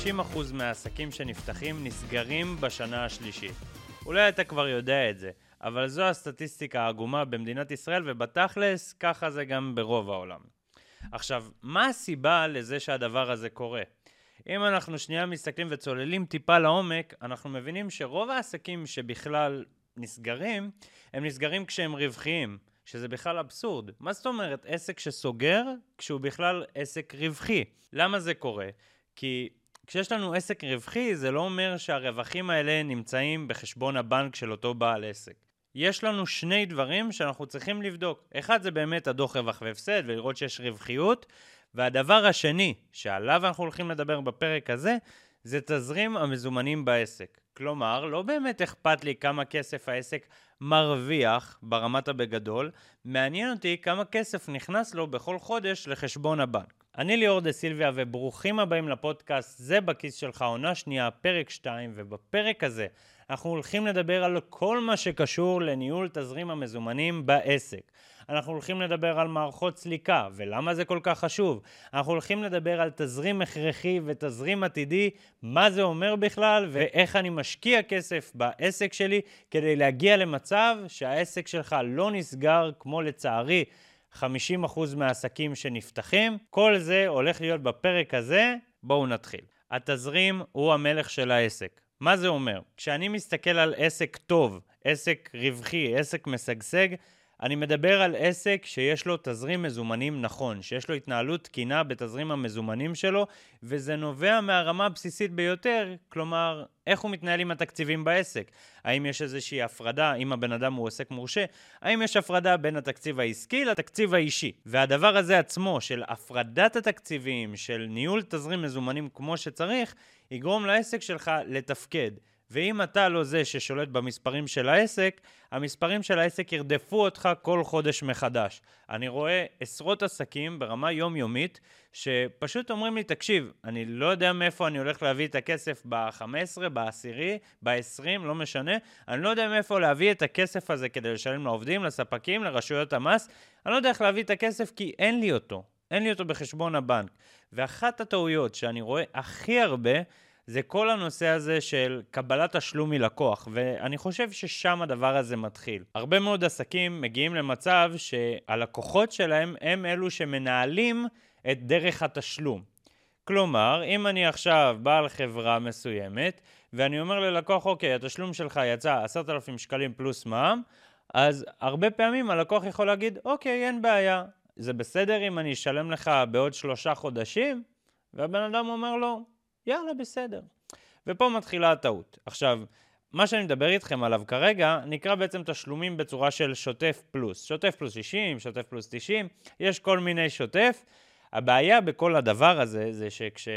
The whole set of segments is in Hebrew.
50% מהעסקים שנפתחים נסגרים בשנה השלישית. אולי אתה כבר יודע את זה, אבל זו הסטטיסטיקה העגומה במדינת ישראל, ובתכלס ככה זה גם ברוב העולם. עכשיו, מה הסיבה לזה שהדבר הזה קורה? אם אנחנו שנייה מסתכלים וצוללים טיפה לעומק, אנחנו מבינים שרוב העסקים שבכלל נסגרים, הם נסגרים כשהם רווחיים, שזה בכלל אבסורד. מה זאת אומרת? עסק שסוגר כשהוא בכלל עסק רווחי. למה זה קורה? כי כשיש לנו עסק רווחי, זה לא אומר שהרווחים האלה נמצאים בחשבון הבנק של אותו בעל עסק. יש לנו שני דברים שאנחנו צריכים לבדוק. אחד זה באמת הדוח רווח והפסד ולראות שיש רווחיות, והדבר השני שעליו אנחנו הולכים לדבר בפרק הזה, זה תזרים המזומנים בעסק. כלומר, לא באמת אכפת לי כמה כסף העסק מרוויח ברמת הבגדול, מעניין אותי כמה כסף נכנס לו בכל חודש לחשבון הבנק. אני ליאור דה סילביה וברוכים הבאים לפודקאסט זה בכיס שלך, עונה שנייה, פרק 2, ובפרק הזה אנחנו הולכים לדבר על כל מה שקשור לניהול תזרים המזומנים בעסק. אנחנו הולכים לדבר על מערכות סליקה ולמה זה כל כך חשוב. אנחנו הולכים לדבר על תזרים הכרחי ותזרים עתידי, מה זה אומר בכלל ואיך אני משקיע כסף בעסק שלי כדי להגיע למצב שהעסק שלך לא נסגר כמו לצערי 50% מהעסקים שנפתחים. כל זה הולך להיות בפרק הזה. בואו נתחיל. התזרים הוא המלך של העסק. מה זה אומר? כשאני מסתכל על עסק טוב, עסק רווחי, עסק משגשג, אני מדבר על עסק שיש לו תזרים מזומנים נכון, שיש לו התנהלות תקינה בתזרים המזומנים שלו, וזה נובע מהרמה הבסיסית ביותר, כלומר, איך הוא מתנהל עם התקציבים בעסק. האם יש איזושהי הפרדה, אם הבן אדם הוא עסק מורשה, האם יש הפרדה בין התקציב העסקי לתקציב האישי. והדבר הזה עצמו, של הפרדת התקציבים, של ניהול תזרים מזומנים כמו שצריך, יגרום לעסק שלך לתפקד. ואם אתה לא זה ששולט במספרים של העסק, המספרים של העסק ירדפו אותך כל חודש מחדש. אני רואה עשרות עסקים ברמה יומיומית שפשוט אומרים לי, תקשיב, אני לא יודע מאיפה אני הולך להביא את הכסף ב-15, ב-10, ב-20, לא משנה. אני לא יודע מאיפה להביא את הכסף הזה כדי לשלם לעובדים, לספקים, לרשויות המס. אני לא יודע איך להביא את הכסף כי אין לי אותו. אין לי אותו בחשבון הבנק. ואחת הטעויות שאני רואה הכי הרבה, זה כל הנושא הזה של קבלת תשלום מלקוח, ואני חושב ששם הדבר הזה מתחיל. הרבה מאוד עסקים מגיעים למצב שהלקוחות שלהם הם אלו שמנהלים את דרך התשלום. כלומר, אם אני עכשיו בעל חברה מסוימת, ואני אומר ללקוח, אוקיי, התשלום שלך יצא 10,000 שקלים פלוס מע"מ, אז הרבה פעמים הלקוח יכול להגיד, אוקיי, אין בעיה, זה בסדר אם אני אשלם לך בעוד 3 חודשים? והבן אדם אומר לו, יאללה, בסדר. ופה מתחילה הטעות. עכשיו, מה שאני מדבר איתכם עליו כרגע, נקרא בעצם תשלומים בצורה של שוטף פלוס. שוטף פלוס 60, שוטף פלוס 90, יש כל מיני שוטף. הבעיה בכל הדבר הזה, זה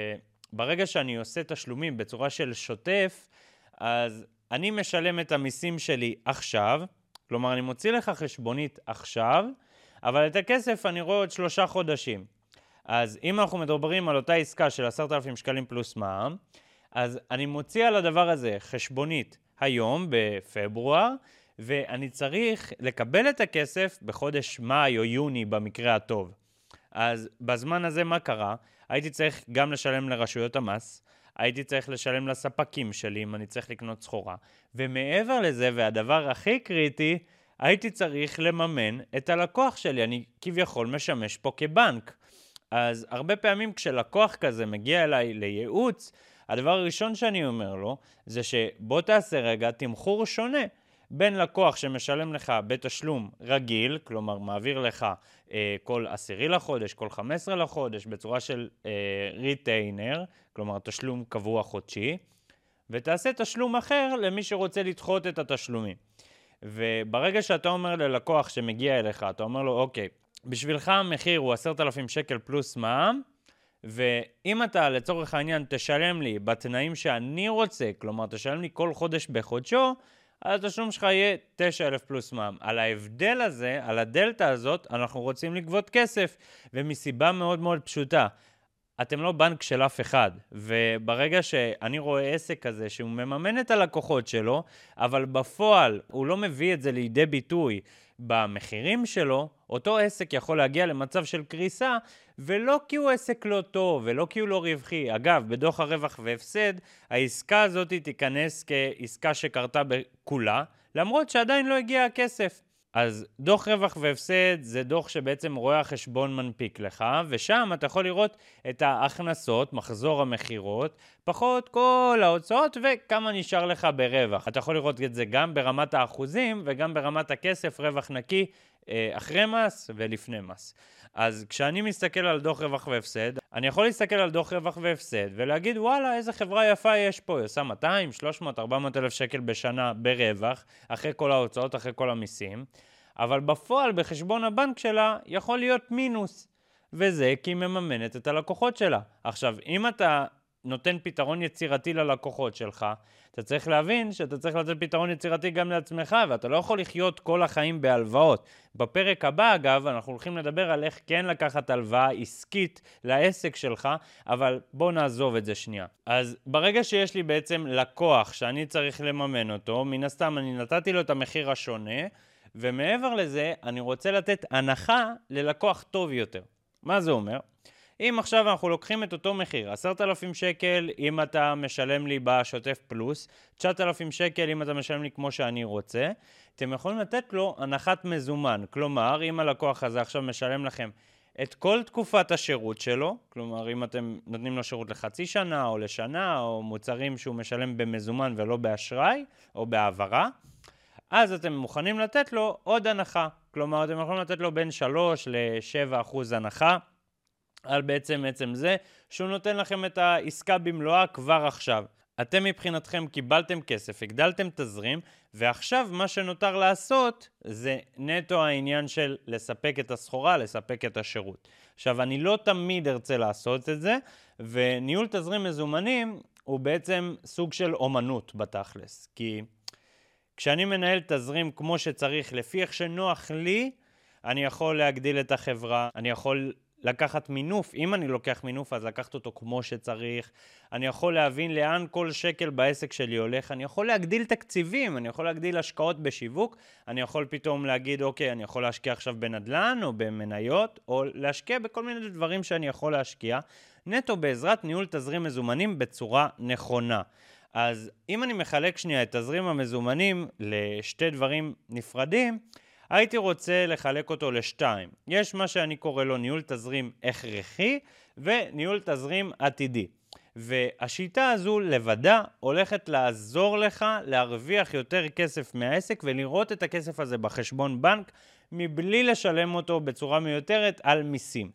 ברגע שאני עושה תשלומים בצורה של שוטף, אז אני משלם את המיסים שלי עכשיו, כלומר אני מוציא לך חשבונית עכשיו, אבל את הכסף אני רואה עוד 3 חודשים. אז אם אנחנו מדברים על אותה עסקה של 10,000 שקלים פלוס מע"מ, אז אני מוציא על הדבר הזה חשבונית היום בפברואר, ואני צריך לקבל את הכסף בחודש מאי או יוני במקרה הטוב. אז בזמן הזה מה קרה? הייתי צריך גם לשלם לרשויות המס, הייתי צריך לשלם לספקים שלי אם אני צריך לקנות סחורה, ומעבר לזה, והדבר הכי קריטי, הייתי צריך לממן את הלקוח שלי. אני כביכול משמש פה כבנק. אז הרבה פעמים כשלקוח כזה מגיע אליי לייעוץ, הדבר הראשון שאני אומר לו, זה שבוא תעשה רגע תמחור שונה בין לקוח שמשלם לך בתשלום רגיל, כלומר מעביר לך כל 10 לחודש, כל 15 לחודש, בצורה של ריטיינר, כלומר תשלום קבוע חודשי, ותעשה תשלום אחר למי שרוצה לדחות את התשלומים. וברגע שאתה אומר ללקוח שמגיע אליך, אתה אומר לו, אוקיי, בשבילך המחיר הוא 10,000 שקל פלוס מע"מ, ואם אתה לצורך העניין תשלם לי בתנאים שאני רוצה, כלומר תשלם לי כל חודש בחודשו, אז התשלום שלך יהיה 9,000 פלוס מע"מ. על ההבדל הזה, על הדלטה הזאת, אנחנו רוצים לגבות כסף, ומסיבה מאוד מאוד פשוטה. אתם לא בנק של אף אחד, וברגע שאני רואה עסק כזה שהוא מממן את הלקוחות שלו, אבל בפועל הוא לא מביא את זה לידי ביטוי, במחירים שלו, אותו עסק יכול להגיע למצב של קריסה, ולא כי הוא עסק לא טוב, ולא כי הוא לא רווחי. אגב, בדוח הרווח והפסד, העסקה הזאת תיכנס כעסקה שקרתה בכולה, למרות שעדיין לא הגיע הכסף. אז דוח רווח והפסד זה דוח שבעצם רואה החשבון מנפיק לך, ושם אתה יכול לראות את ההכנסות, מחזור המחירות, פחות כל ההוצאות וכמה נשאר לך ברווח. אתה יכול לראות את זה גם ברמת האחוזים וגם ברמת הכסף, רווח נקי, אחרי מס ולפני מס. אז כשאני מסתכל על דוח רווח והפסד, אני יכול להסתכל על דוח רווח והפסד ולהגיד וואלה איזה חברה יפה יש פה, היא עושה 200, 300, 400 אלף שקל בשנה ברווח, אחרי כל ההוצאות, אחרי כל המיסים, אבל בפועל בחשבון הבנק שלה יכול להיות מינוס, וזה כי היא מממנת את הלקוחות שלה. עכשיו, אם אתה נותן פתרון יצירתי ללקוחות שלך, אתה צריך להבין שאתה צריך לתת פתרון יצירתי גם לעצמך, ואתה לא יכול לחיות כל החיים בהלוואות. בפרק הבא, אגב, אנחנו הולכים לדבר על איך כן לקחת הלוואה עסקית לעסק שלך, אבל בוא נעזוב את זה שנייה. אז ברגע שיש לי בעצם לקוח שאני צריך לממן אותו, מן הסתם אני נתתי לו את המחיר השונה, ומעבר לזה אני רוצה לתת הנחה ללקוח טוב יותר. מה זה אומר? אם עכשיו אנחנו לוקחים את אותו מחיר, 10,000 שקל אם אתה משלם לי בשוטף פלוס, 9,000 שקל אם אתה משלם לי כמו שאני רוצה, אתם יכולים לתת לו הנחת מזומן. כלומר, אם הלקוח הזה עכשיו משלם לכם את כל תקופת השירות שלו, כלומר, אם אתם נותנים לו שירות לחצי שנה או לשנה, או מוצרים שהוא משלם במזומן ולא באשראי או בהעברה, אז אתם מוכנים לתת לו עוד הנחה. כלומר, אתם יכולים לתת לו בין 3 ל-7% הנחה, על בעצם זה שהוא נותן לכם את העסקה במלואה כבר עכשיו. אתם מבחינתכם קיבלתם כסף, הגדלתם תזרים, ועכשיו מה שנותר לעשות זה נטו העניין של לספק את הסחורה, לספק את השירות. עכשיו, אני לא תמיד ארצה לעשות את זה, וניהול תזרים מזומנים הוא בעצם סוג של אומנות בתכלס. כי כשאני מנהל תזרים כמו שצריך, לפי איך שנוח לי, אני יכול להגדיל את החברה, אני יכול לקחת מינוף, אם אני לוקח מינוף אז לקחת אותו כמו שצריך, אני יכול להבין לאן כל שקל בעסק שלי הולך, אני יכול להגדיל תקציבים, אני יכול להגדיל השקעות בשיווק, אני יכול פתאום להגיד אוקיי, אני יכול להשקיע עכשיו בנדל"ן או במניות, או להשקיע בכל מיני דברים שאני יכול להשקיע, נטו בעזרת ניהול תזרים מזומנים בצורה נכונה. אז אם אני מחלק שנייה את תזרים המזומנים לשתי דברים נפרדים, הייתי רוצה לחלק אותו לשתיים. יש מה שאני קורא לו ניהול תזרים הכרחי וניהול תזרים עתידי. והשיטה הזו לבדה הולכת לעזור לך להרוויח יותר כסף מהעסק ולראות את הכסף הזה בחשבון בנק מבלי לשלם אותו בצורה מיותרת על מיסים.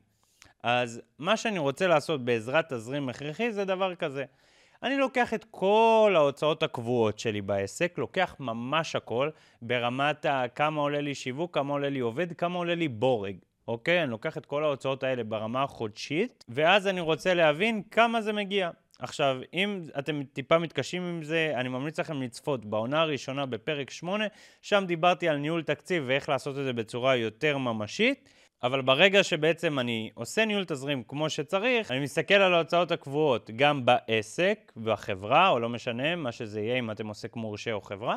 אז מה שאני רוצה לעשות בעזרת תזרים הכרחי זה דבר כזה. אני לוקח את כל ההוצאות הקבועות שלי בעסק, לוקח ממש הכל ברמת כמה עולה לי שיווק, כמה עולה לי עובד, כמה עולה לי בורג. אוקיי? אני לוקח את כל ההוצאות האלה ברמה החודשית, ואז אני רוצה להבין כמה זה מגיע. עכשיו, אם אתם טיפה מתקשים עם זה, אני ממליץ לכם לצפות בעונה הראשונה בפרק 8, שם דיברתי על ניהול תקציב ואיך לעשות את זה בצורה יותר ממשית, אבל ברגע שבעצם אני עושה ניהול תזרים כמו שצריך, אני מסתכל על ההוצאות הקבועות גם בעסק, בחברה, או לא משנה מה שזה יהיה אם אתם עוסק מורשה או חברה,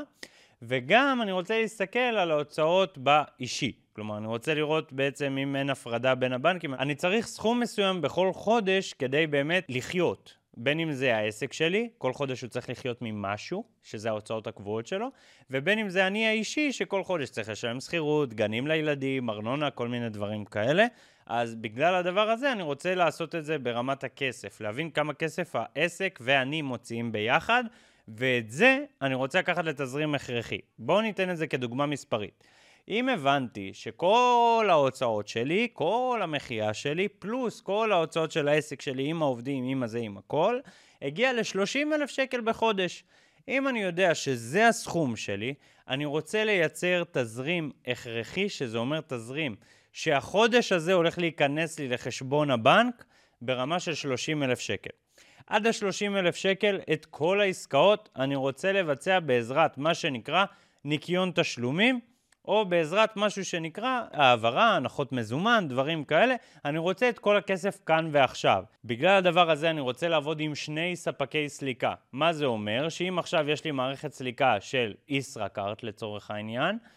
וגם אני רוצה להסתכל על ההוצאות באישי. כלומר, אני רוצה לראות בעצם אם אין הפרדה בין הבנקים. אני צריך סכום מסוים בכל חודש כדי באמת לחיות. בין אם זה העסק שלי, כל חודש הוא צריך לחיות ממשהו, שזה ההוצאות הקבועות שלו, ובין אם זה אני האישי, שכל חודש צריך לשלם שכירות, גנים לילדים, ארנונה, כל מיני דברים כאלה. אז בגלל הדבר הזה אני רוצה לעשות את זה ברמת הכסף, להבין כמה כסף העסק ואני מוציאים ביחד, ואת זה אני רוצה לקחת לתזרים הכרחי. בואו ניתן את זה כדוגמה מספרית. אם הבנתי שכל ההוצאות שלי, כל המחיה שלי, פלוס כל ההוצאות של העסק שלי עם העובדים, עם הזה, עם הכל, הגיע ל-30,000 שקל בחודש. אם אני יודע שזה הסכום שלי, אני רוצה לייצר תזרים הכרחי, שזה אומר תזרים שהחודש הזה הולך להיכנס לי לחשבון הבנק ברמה של 30,000 שקל. עד ה-30,000 שקל את כל העסקאות אני רוצה לבצע בעזרת מה שנקרא ניקיון תשלומים, או בעזרת משהו שנקרא העברה, הנחות מזומן, דברים כאלה. אני רוצה את כל הכסף כאן ועכשיו. בגלל הדבר הזה אני רוצה לעבוד עם שני ספקי סליקה. מה זה אומר? שאם עכשיו יש לי מערכת סליקה של ישראכרט לצורך העניין,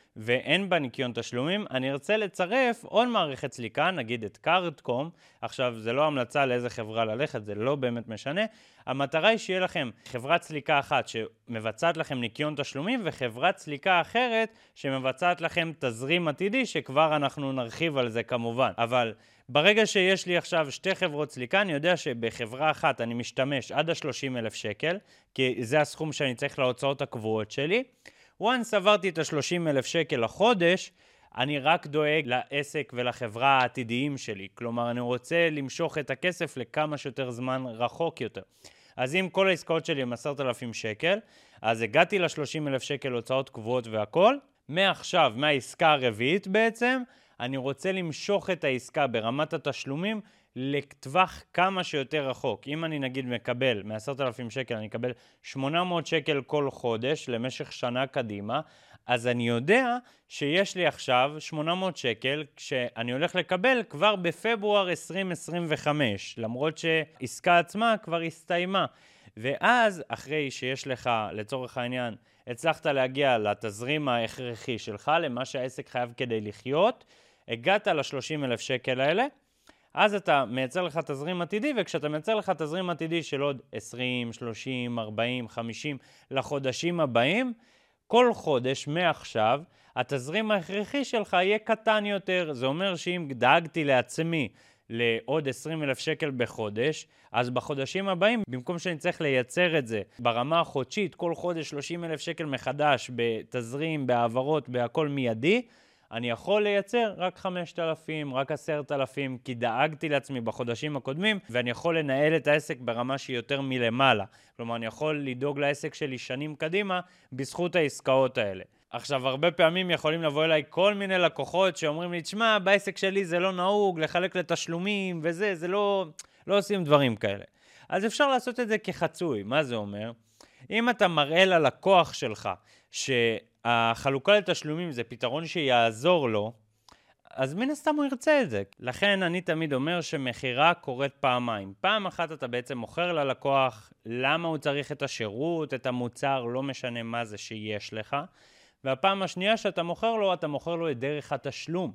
ואין בה ניקיון תשלומים, אני ארצה לצרף עוד מערכת סליקה, נגיד את קארדקום. עכשיו, זה לא המלצה לאיזה חברה ללכת, זה לא באמת משנה. המטרה היא שיהיה לכם חברת סליקה אחת שמבצעת לכם ניקיון תשלומים, וחברת סליקה אחרת שמבצעת לכם תזרים עתידי, שכבר אנחנו נרחיב על זה כמובן. אבל ברגע שיש לי עכשיו שתי חברות סליקה, אני יודע שבחברה אחת אני משתמש עד ה-30,000 שקל, כי זה הסכום שאני צריך להוצאות הקבועות שלי. once עברתי את ה-30,000 שקל לחודש, אני רק דואג לעסק ולחברה העתידיים שלי. כלומר, אני רוצה למשוך את הכסף לכמה שיותר זמן רחוק יותר. אז אם כל העסקאות שלי הם 10,000 שקל, אז הגעתי ל-30,000 שקל הוצאות קבועות והכל. מעכשיו, מהעסקה הרביעית בעצם, אני רוצה למשוך את העסקה ברמת התשלומים לטווח כמה שיותר רחוק. אם אני נגיד מקבל מ-10,000 שקל, אני אקבל 800 שקל כל חודש למשך שנה קדימה, אז אני יודע שיש לי עכשיו 800 שקל שאני הולך לקבל כבר בפברואר 2025, למרות שעסקה עצמה כבר הסתיימה. ואז אחרי שיש לך, לצורך העניין, הצלחת להגיע לתזרים ההכרחי שלך, למה שהעסק חייב כדי לחיות, הגעת ל-30,000 שקל האלה, אז אתה מייצר לך תזרים עתידי, וכשאתה מייצר לך תזרים עתידי של עוד 20, 30, 40, 50 לחודשים הבאים, כל חודש מעכשיו, התזרים ההכרחי שלך יהיה קטן יותר. זה אומר שאם דאגתי לעצמי לעוד 20,000 שקל בחודש, אז בחודשים הבאים, במקום שאני צריך לייצר את זה ברמה החודשית, כל חודש 30,000 שקל מחדש בתזרים, בעברות, בהכל מיידי, אני יכול לייצר רק 5,000, רק 10,000, כי דאגתי לעצמי בחודשים הקודמים, ואני יכול לנהל את העסק ברמה שהיא יותר מלמעלה. כלומר, אני יכול לדאוג לעסק שלי שנים קדימה בזכות העסקאות האלה. עכשיו, הרבה פעמים יכולים לבוא אליי כל מיני לקוחות שאומרים לי, תשמע, בעסק שלי זה לא נהוג לחלק לתשלומים וזה, זה לא עושים דברים כאלה. אז אפשר לעשות את זה כחצוי. מה זה אומר? אם אתה מראה ללקוח שלך שהחלוקה לתשלומים זה פתרון שיעזור לו, אז מן הסתם הוא ירצה את זה. לכן אני תמיד אומר שמחירה קורית פעמיים. פעם אחת אתה בעצם מוכר ללקוח למה הוא צריך את השירות, את המוצר, לא משנה מה זה שיש לך. והפעם השנייה שאתה מוכר לו, אתה מוכר לו את דרך התשלום.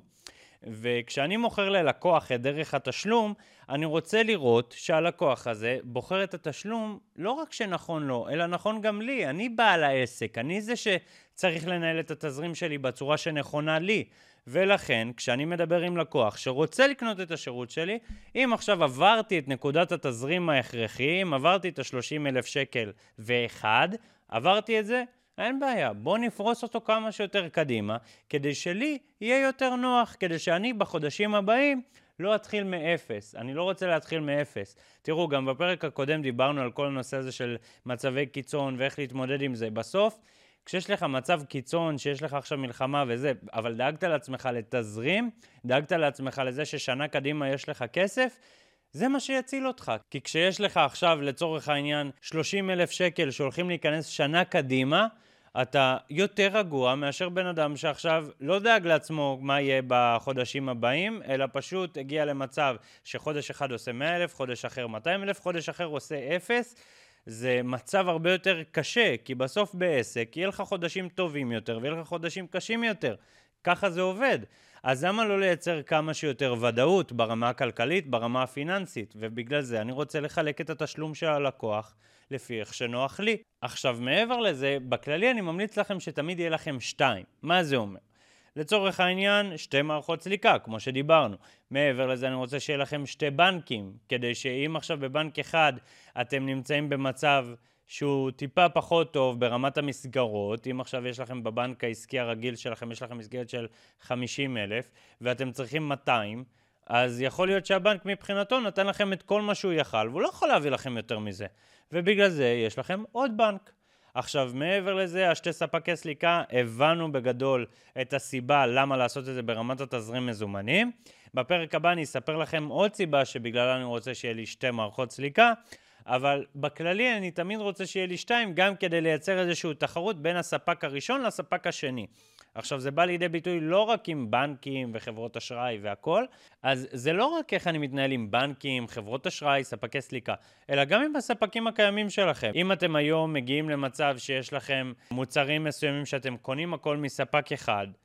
וכשאני מוכר ללקוח את דרך התשלום, אני רוצה לראות שהלקוח הזה בוחר את התשלום לא רק שנכון לו, אלא נכון גם לי. אני בעל העסק, אני זה שצריך לנהל את התזרים שלי בצורה שנכונה לי. ולכן, כשאני מדבר עם לקוח שרוצה לקנות את השירות שלי, אם עכשיו עברתי את נקודת התזרים ההכרחי, אם עברתי את ה-30,000 שקל ואחד, עברתי את זה, אין בעיה, בוא נפרוס אותו כמה שיותר קדימה, כדי שלי יהיה יותר נוח, כדי שאני בחודשים הבאים לא אתחיל מאפס. אני לא רוצה להתחיל מאפס. תראו, גם בפרק הקודם דיברנו על כל הנושא הזה של מצבי קיצון ואיך להתמודד עם זה. בסוף, כשיש לך מצב קיצון, שיש לך עכשיו מלחמה וזה, אבל דאגת לעצמך לתזרים, דאגת לעצמך לזה ששנה קדימה יש לך כסף, זה מה שיציל אותך. כי כשיש לך עכשיו, לצורך העניין, 30,000 שקל שהולכים להיכנס שנה קדימה, אתה יותר רגוע מאשר בן אדם שעכשיו לא דאג לעצמו מה יהיה בחודשים הבאים, אלא פשוט הגיע למצב שחודש אחד עושה 100,000, חודש אחר 200,000, חודש אחר עושה 0. זה מצב הרבה יותר קשה, כי בסוף בעסק יהיה לך חודשים טובים יותר ויהיה לך חודשים קשים יותר. ככה זה עובד. אז למה לא לייצר כמה שיותר ודאות ברמה הכלכלית, ברמה הפיננסית? ובגלל זה אני רוצה לחלק את התשלום של הלקוח לפי איך שנוח לי. עכשיו, מעבר לזה, בכללי אני ממליץ לכם שתמיד יהיה לכם 2. מה זה אומר? לצורך העניין, 2 מערכות סליקה, כמו שדיברנו. מעבר לזה אני רוצה שיהיה לכם 2 בנקים, כדי שאם עכשיו בבנק אחד אתם נמצאים במצב שהוא טיפה פחות טוב ברמת המסגרות, אם עכשיו יש לכם בבנק העסקי הרגיל שלכם, יש לכם מסגרת של 50,000, ואתם צריכים 200, אז יכול להיות שהבנק מבחינתו נתן לכם את כל מה שהוא יכל, והוא לא יכול להביא לכם יותר מזה. ובגלל זה יש לכם עוד בנק. עכשיו, מעבר לזה, 2 ספקי סליקה, הבנו בגדול את הסיבה למה לעשות את זה ברמת התזרים מזומנים. בפרק הבא אני אספר לכם עוד סיבה שבגללה אני רוצה שיהיה לי 2 מערכות סליקה, אבל בכללי אני תמיד רוצה שיהיה לי 2, גם כדי לייצר איזושהי תחרות בין הספק הראשון לספק השני. עכשיו, זה בא לידי ביטוי לא רק עם בנקים וחברות אשראי והכל, אז זה לא רק איך אני מתנהל עם בנקים, חברות אשראי, ספקי סליקה, אלא גם עם הספקים הקיימים שלכם. אם אתם היום מגיעים למצב שיש לכם מוצרים מסוימים שאתם קונים הכל מספק אחד,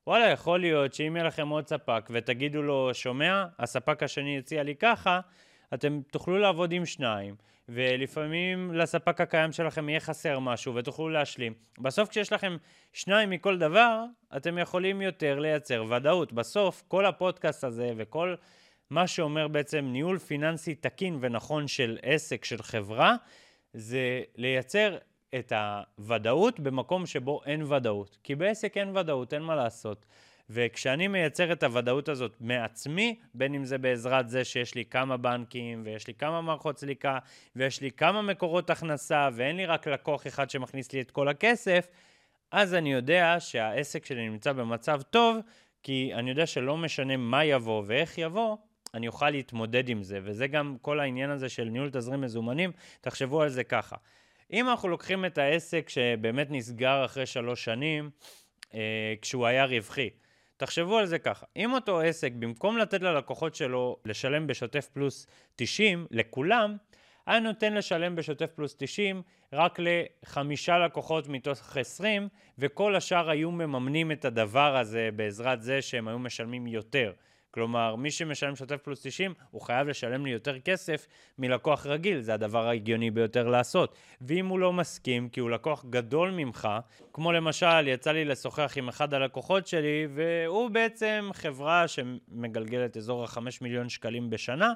וואלה, יכול להיות שאם יהיה לכם עוד ספק ותגידו לו, שומע, הספק השני הציע לי ככה, אתם תוכלו לעבוד עם שניים, ולפעמים לספק הקיים שלכם יהיה חסר משהו ותוכלו להשלים. בסוף כשיש לכם שניים מכל דבר, אתם יכולים יותר לייצר ודאות. בסוף כל הפודקאסט הזה וכל מה שאומר בעצם ניהול פיננסי תקין ונכון של עסק, של חברה, זה לייצר את הוודאות במקום שבו אין ודאות. כי בעסק אין ודאות, אין מה לעשות. וכשאני מייצר את הוודאות הזאת מעצמי, בין אם זה בעזרת זה שיש לי כמה בנקים, ויש לי כמה מערכות סליקה, ויש לי כמה מקורות הכנסה, ואין לי רק לקוח אחד שמכניס לי את כל הכסף, אז אני יודע שהעסק שלי נמצא במצב טוב, כי אני יודע שלא משנה מה יבוא ואיך יבוא, אני אוכל להתמודד עם זה. וזה גם כל העניין הזה של ניהול תזרים מזומנים, תחשבו על זה ככה. אם אנחנו לוקחים את העסק שבאמת נסגר אחרי 3 שנים, כשהוא היה רווחי, תחשבו על זה ככה, אם אותו עסק, במקום לתת ללקוחות שלו לשלם בשוטף פלוס 90 לכולם, היה נותן לשלם בשוטף פלוס 90 רק ל5 לקוחות מתוך 20, וכל השאר היו מממנים את הדבר הזה בעזרת זה שהם היו משלמים יותר. כלומר, מי שמשלם שוטף פלוס 90, הוא חייב לשלם לי יותר כסף מלקוח רגיל, זה הדבר ההגיוני ביותר לעשות. ואם הוא לא מסכים, כי הוא לקוח גדול ממך, כמו למשל, יצא לי לשוחח עם אחד הלקוחות שלי, והוא בעצם חברה שמגלגלת אזור 5 מיליון שקלים בשנה,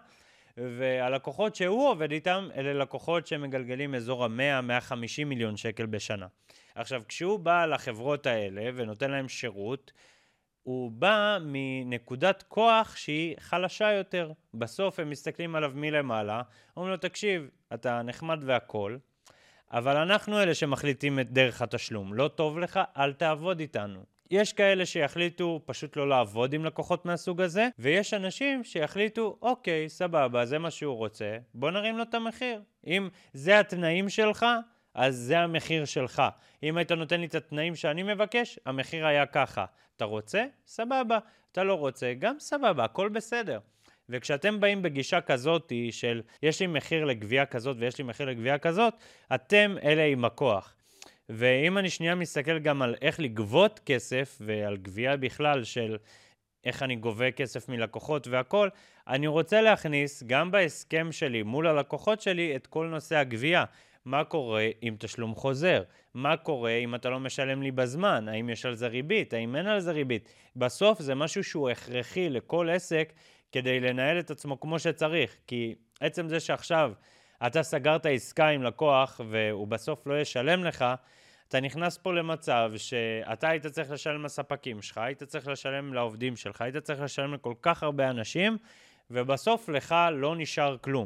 והלקוחות שהוא עובד איתם, אלה לקוחות שמגלגלים אזור 100-150 מיליון שקל בשנה. עכשיו, כשהוא בא לחברות האלה ונותן להם שירות, הוא בא מנקודת כוח שהיא חלשה יותר. בסוף הם מסתכלים עליו מלמעלה, אומרים לו, תקשיב, אתה נחמד והכל, אבל אנחנו אלה שמחליטים את דרך התשלום. לא טוב לך, אל תעבוד איתנו. יש כאלה שיחליטו פשוט לא לעבוד עם לקוחות מהסוג הזה, ויש אנשים שיחליטו, אוקיי, סבבה, זה מה שהוא רוצה, בוא נרים לו את המחיר. אם זה התנאים שלך, אז זה המחיר שלך. אם היית נותן לי את התנאים שאני מבקש, המחיר היה ככה. אתה רוצה? סבבה. אתה לא רוצה? גם סבבה, הכל בסדר. וכשאתם באים בגישה כזאת של יש לי מחיר לגבייה כזאת ויש לי מחיר לגבייה כזאת, אתם אלה עם הכוח. ואם אני שנייה מסתכל גם על איך לגבות כסף ועל גבייה בכלל של איך אני גובה כסף מלקוחות והכל, אני רוצה להכניס גם בהסכם שלי מול הלקוחות שלי את כל נושא הגבייה. מה קורה אם תשלום חוזר? מה קורה אם אתה לא משלם לי בזמן? האם יש על זה ריבית? האם אין על זה ריבית? בסוף זה משהו שהוא הכרחי לכל עסק כדי לנהל את עצמו כמו שצריך. כי עצם זה שעכשיו אתה סגרת עסקה עם לקוח והוא בסוף לא ישלם לך, אתה נכנס פה למצב שאתה היית צריך לשלם לספקים שלך, היית צריך לשלם לעובדים שלך, היית צריך לשלם לכל כך הרבה אנשים, ובסוף לך לא נשאר כלום.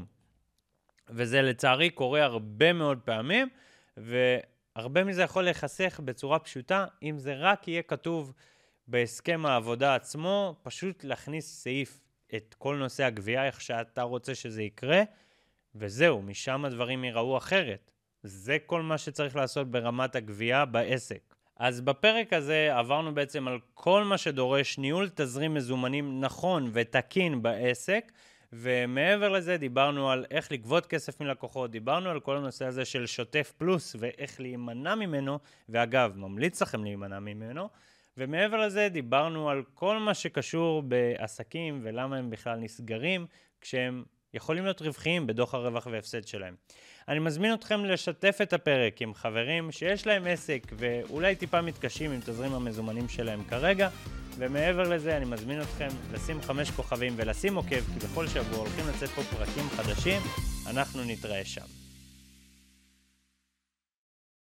וזה לצערי קורה הרבה מאוד פעמים, והרבה מזה יכול להיחסך בצורה פשוטה, אם זה רק יהיה כתוב בהסכם העבודה עצמו, פשוט להכניס סעיף את כל נושא הגבייה, איך שאתה רוצה שזה יקרה, וזהו, משם הדברים ייראו אחרת. זה כל מה שצריך לעשות ברמת הגבייה בעסק. אז בפרק הזה עברנו בעצם על כל מה שדורש ניהול תזרים מזומנים נכון ותקין בעסק, ומעבר לזה דיברנו על איך לגבות כסף מלקוחות, דיברנו על כל הנושא הזה של שוטף פלוס ואיך להימנע ממנו, ואגב, ממליץ לכם להימנע ממנו, ומעבר לזה דיברנו על כל מה שקשור בעסקים ולמה הם בכלל נסגרים כשהם יכולים להיות רווחיים בדוח הרווח והפסד שלהם. אני מזמין אתכם לשתף את הפרק עם חברים שיש להם עסק ואולי טיפה מתקשים עם תזרים המזומנים שלהם כרגע, ומעבר לזה אני מזמין אתכם לשים 5 כוכבים ולשים עוקב, כי בכל שבוע הולכים לצאת פה פרקים חדשים, אנחנו נתראה שם.